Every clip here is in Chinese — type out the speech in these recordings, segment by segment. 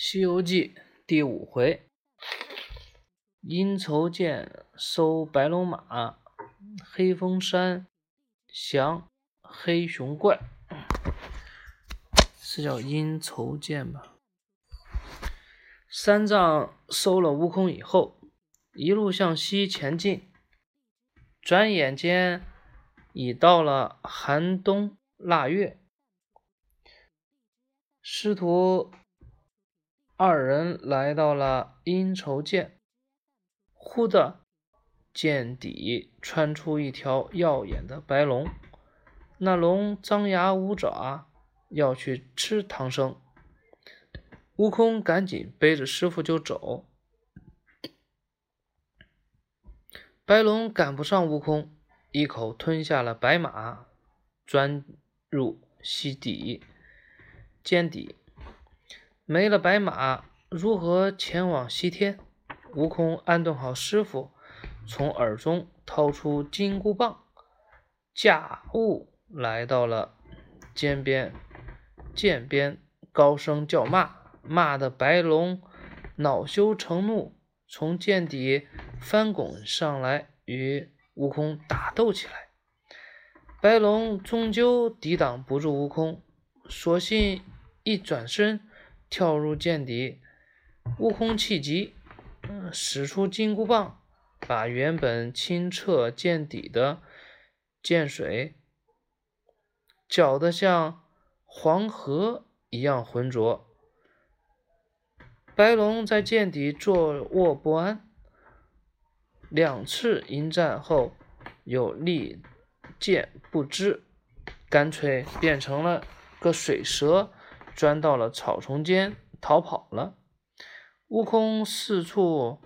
西游记第5回，阴愁剑收白龙马，黑风山降黑熊怪，是叫阴愁剑吧？三藏收了悟空以后，一路向西前进，转眼间已到了寒冬腊月。师徒二人来到了阴愁涧，忽的涧底穿出一条耀眼的白龙，那龙张牙舞爪，要去吃唐僧。悟空赶紧背着师傅就走，白龙赶不上悟空，一口吞下了白马，钻入溪底涧底。没了白马，如何前往西天？悟空安顿好师傅，从耳中掏出金箍棒，驾雾来到了涧边，高声叫骂，骂得白龙恼羞成怒，从涧底翻滚上来，与悟空打斗起来。白龙终究抵挡不住悟空，索性一转身跳入涧底。悟空气急，使出金箍棒，把原本清澈见底的涧水搅得像黄河一样浑浊。白龙在涧底坐卧不安，2次迎战后又力荐不支，干脆变成了个水蛇，钻到了草丛间逃跑了。悟空四处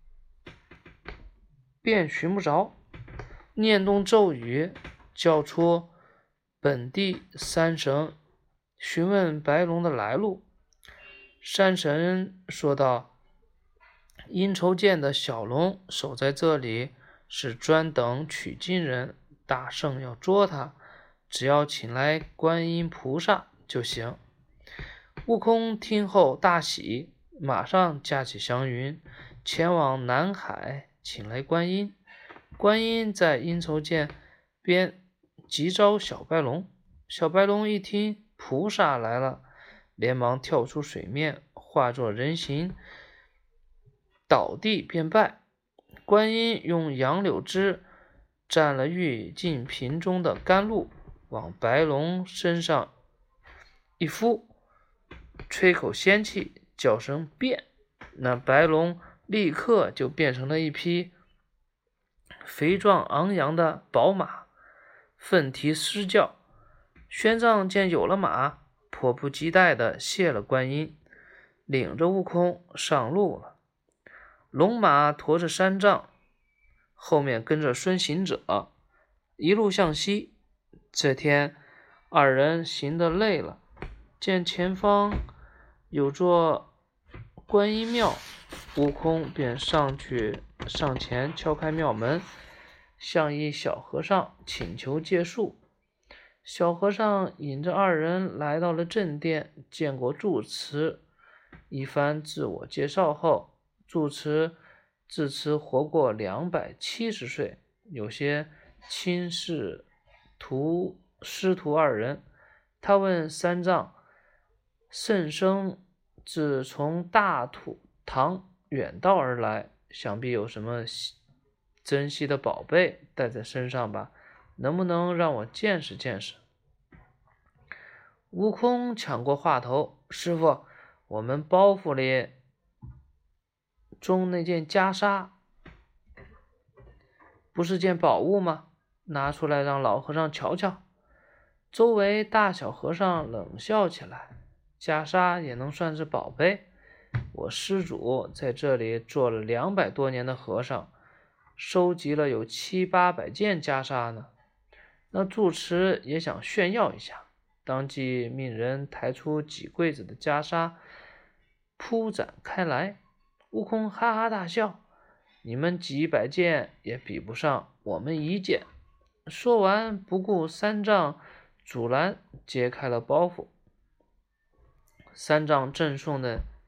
便寻不着，念动咒语，叫出本地山神，询问白龙的来路。山神说道：阴愁涧的小龙守在这里，是专等取经人，大圣要捉他，只要请来观音菩萨就行。悟空听后大喜，马上驾起祥云，前往南海请来观音。观音在阴愁涧边急招小白龙，小白龙一听菩萨来了，连忙跳出水面，化作人形，倒地便拜。观音用杨柳枝蘸了玉净瓶中的甘露，往白龙身上一敷，吹口仙气，叫声变，那白龙立刻就变成了一匹肥壮昂扬的宝马，奋蹄嘶叫。玄奘见有了马，迫不及待地谢了观音，领着悟空上路了。龙马驮着三藏，后面跟着孙行者，一路向西。这天二人行得累了，见前方有座观音庙，悟空便上前敲开庙门，向一小和尚请求借宿。小和尚引着二人来到了正殿，见过住持，一番自我介绍后，住持自持活过270岁，有些轻视师徒二人。他问三藏：圣僧自从大唐远道而来，想必有什么珍稀的宝贝带在身上吧？能不能让我见识见识？悟空抢过话头：师傅，我们包袱里中那件袈裟不是件宝物吗？拿出来让老和尚瞧瞧。周围大小和尚冷笑起来，袈裟也能算是宝贝？我施主在这里做了200多年的和尚，收集了有700-800件袈裟呢。那住持也想炫耀一下，当即命人抬出几柜子的袈裟铺展开来。悟空哈哈大笑：你们几百件也比不上我们1件。说完不顾三藏阻拦，揭开了包袱。三藏赠送的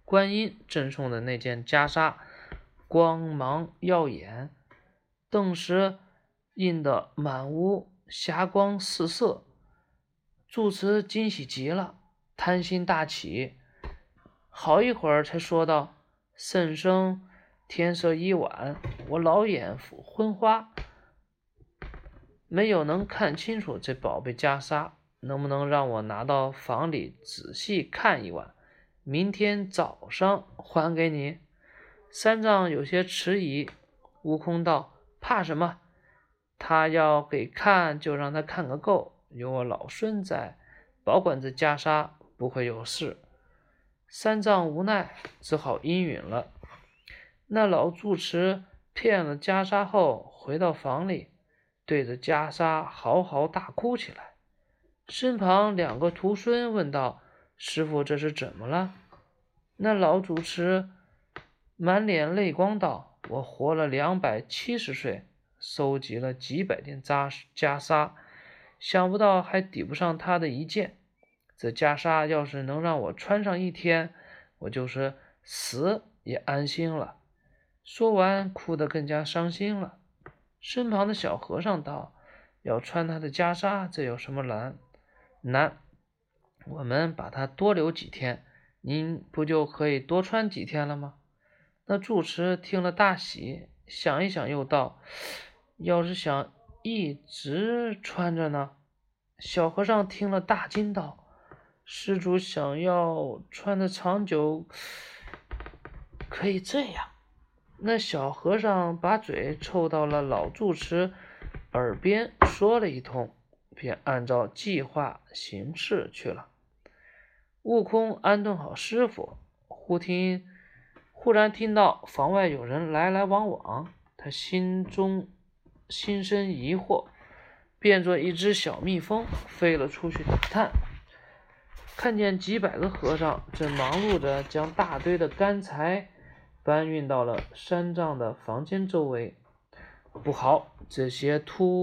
观音赠送的那件袈裟光芒耀眼，顿时映得满屋霞光四射。住持惊喜极了，贪心大起，好一会儿才说道：“圣僧，天色已晚，我老眼昏花，没有能看清楚这宝贝袈裟，能不能让我拿到房里仔细看一晚，明天早上还给你？”三藏有些迟疑。悟空道：“怕什么？他要给看，就让他看个够，有我老孙在，保管这袈裟不会有事。”三藏无奈，只好应允了。那老住持骗了袈裟后，回到房里，对着袈裟嚎嚎大哭起来。身旁两个徒孙问道：“师父，这是怎么了？”那老主持满脸泪光道：“我活了270岁，收集了几百件袈裟，想不到还抵不上他的一件。这袈裟要是能让我穿上一天，我就是死也安心了。”说完，哭得更加伤心了。身旁的小和尚道：“要穿他的袈裟，这有什么难？我们把它多留几天，您不就可以多穿几天了吗？”那住持听了大喜，想一想又道：“要是想一直穿着呢？”小和尚听了大惊道：“施主想要穿得长久，可以这样。”那小和尚把嘴凑到了老住持耳边说了一通，便按照计划行事去了。悟空安顿好师傅，忽然听到房外有人来来往往，他心生疑惑，变作一只小蜜蜂飞了出去打探，看见几百个和尚正忙碌着将大堆的干柴搬运到了三藏的房间周围。不好，这些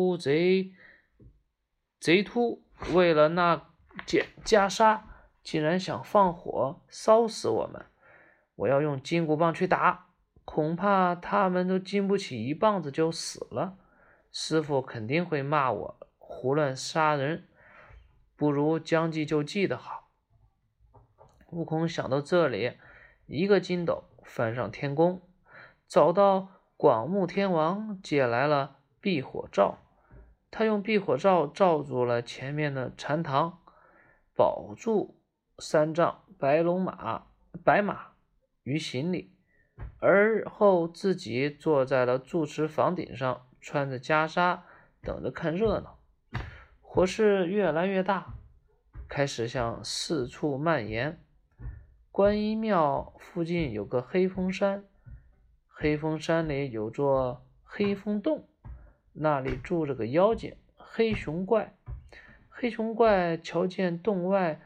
贼秃为了那件袈裟，竟然想放火烧死我们！我要用金箍棒去打，恐怕他们都经不起一棒子就死了。师父肯定会骂我胡乱杀人，不如将计就计的好。悟空想到这里，一个筋斗翻上天宫，找到广目天王借来了避火罩。他用避火罩罩住了前面的禅堂，保住三藏、白马于行里，而后自己坐在了住持房顶上，穿着袈裟等着看热闹。火势越来越大，开始向四处蔓延。观音庙附近有个黑风山，黑风山里有座黑风洞，那里住着个妖精黑熊怪。黑熊怪瞧见洞外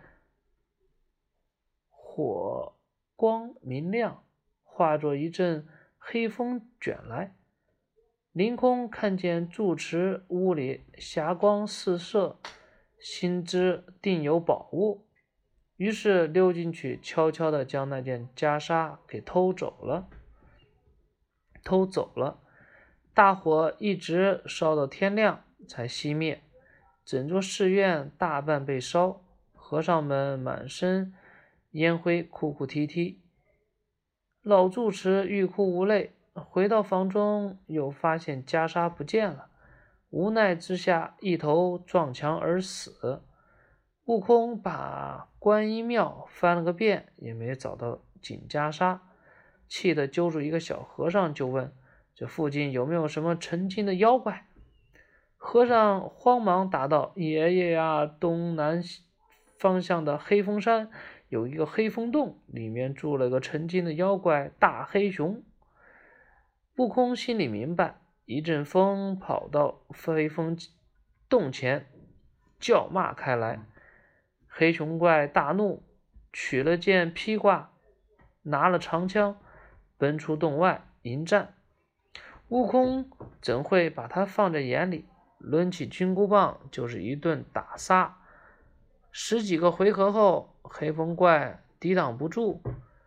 火光明亮，化作一阵黑风卷来。凌空看见住持屋里霞光四射，心知定有宝物，于是溜进去，悄悄地将那件袈裟给偷走了。大火一直烧到天亮才熄灭，整座寺院大半被烧，和尚们满身烟灰，哭哭啼啼。老住持欲哭无泪，回到房中又发现袈裟不见了，无奈之下一头撞墙而死。悟空把观音庙翻了个遍，也没找到锦袈裟，气得揪住一个小和尚就问：“这附近有没有什么成精的妖怪？”和尚慌忙答道：“爷爷呀，东南方向的黑风山有一个黑风洞，里面住了个成精的妖怪大黑熊。”悟空心里明白，一阵风跑到黑风洞前，叫骂开来。黑熊怪大怒，取了件披挂，拿了长枪，奔出洞外迎战。悟空怎会把他放在眼里，抡起金箍棒就是一顿打杀。10几个回合后，黑风怪抵挡不住，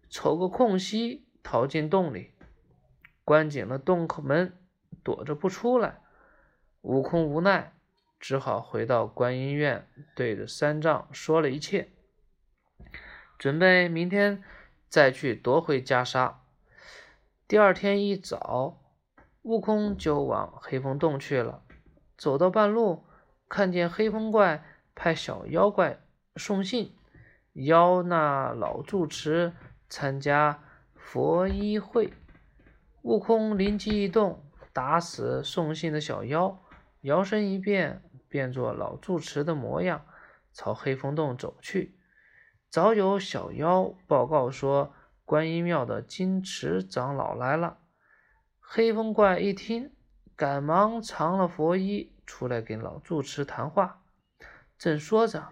瞅个空隙逃进洞里，关紧了洞口门，躲着不出来。悟空无奈，只好回到观音院，对着三藏说了一切，准备明天再去夺回袈裟。第二天一早，悟空就往黑风洞去了。走到半路，看见黑风怪派小妖怪送信，邀那老住持参加佛衣会。悟空灵机一动，打死送信的小妖，摇身一变，变作老住持的模样，朝黑风洞走去。早有小妖报告说，观音庙的金池长老来了。黑风怪一听，赶忙藏了佛衣，出来跟老住持谈话。正说着，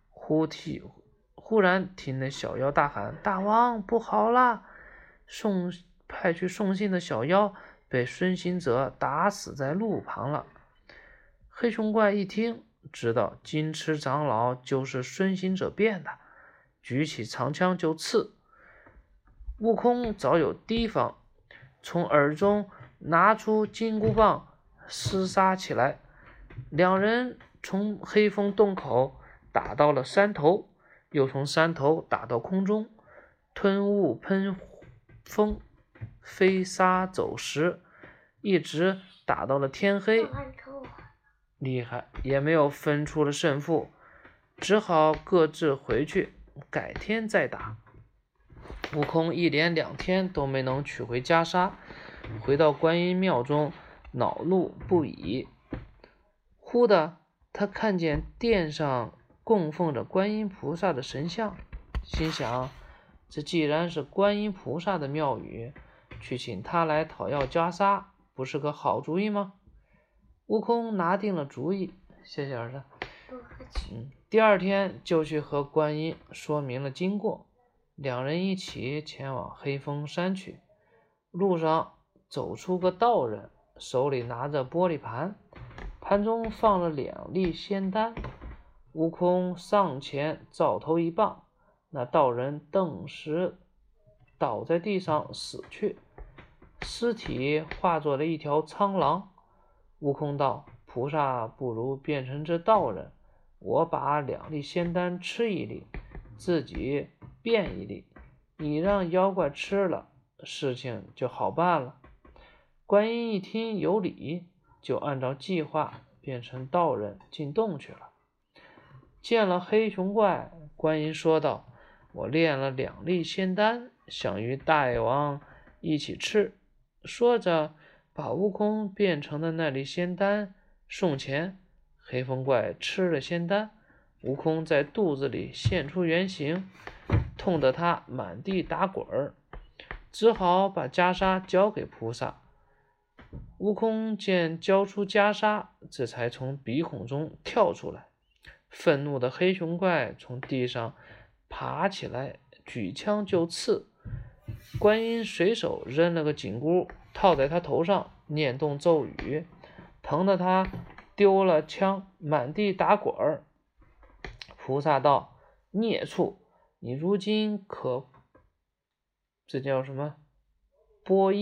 忽然听那小妖大喊：“大王，不好了！派去送信的小妖被孙行者打死在路旁了。”黑熊怪一听，知道金池长老就是孙行者变的，举起长枪就刺。悟空早有提防，从耳中拿出金箍棒，厮杀起来。两人从黑风洞口打到了山头，又从山头打到空中，吞雾喷风，飞沙走石，一直打到了天黑。厉害，也没有分出了胜负，只好各自回去，改天再打。悟空一连2天都没能取回袈裟，回到观音庙中，恼怒不已。忽的，他看见殿上供奉着观音菩萨的神像，心想：这既然是观音菩萨的庙宇，去请他来讨要袈裟，不是个好主意吗？悟空拿定了主意，谢谢儿子。第二天就去和观音说明了经过，两人一起前往黑风山去。路上走出个道人，手里拿着玻璃盘，盘中放了2粒仙丹。悟空上前照头一棒，那道人顿时倒在地上死去，尸体化作了一条苍狼。悟空道：“菩萨不如变成这道人，我把2粒仙丹吃1粒，自己变1粒，你让妖怪吃了，事情就好办了。”观音一听有理，就按照计划变成道人进洞去了。见了黑熊怪，观音说道：“我炼了2粒仙丹，想与大王一起吃。”说着把悟空变成的那粒仙丹送前。黑风怪吃了仙丹，悟空在肚子里现出原形，痛得他满地打滚儿，只好把袈裟交给菩萨。悟空见交出袈裟，这才从鼻孔中跳出来。愤怒的黑熊怪从地上爬起来，举枪就刺。观音随手扔了个紧箍，套在他头上，念动咒语，疼得他丢了枪，满地打滚儿。菩萨道：“孽畜，你如今可这叫什么？剥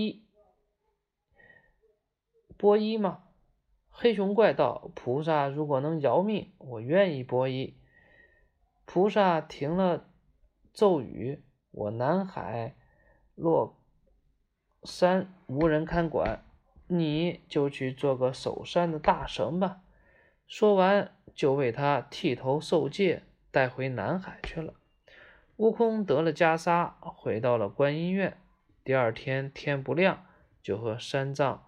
衣吗？”黑熊怪道：“菩萨如果能饶命，我愿意剥衣。”菩萨停了咒语：“我南海落山无人看管，你就去做个守山的大神吧。”说完就为他剃头受戒，带回南海去了。悟空得了袈裟，回到了观音院。第二天天不亮，就和三藏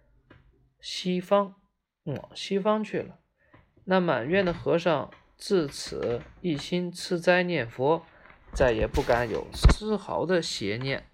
往西方去了。那满院的和尚自此一心吃斋念佛，再也不敢有丝毫的邪念。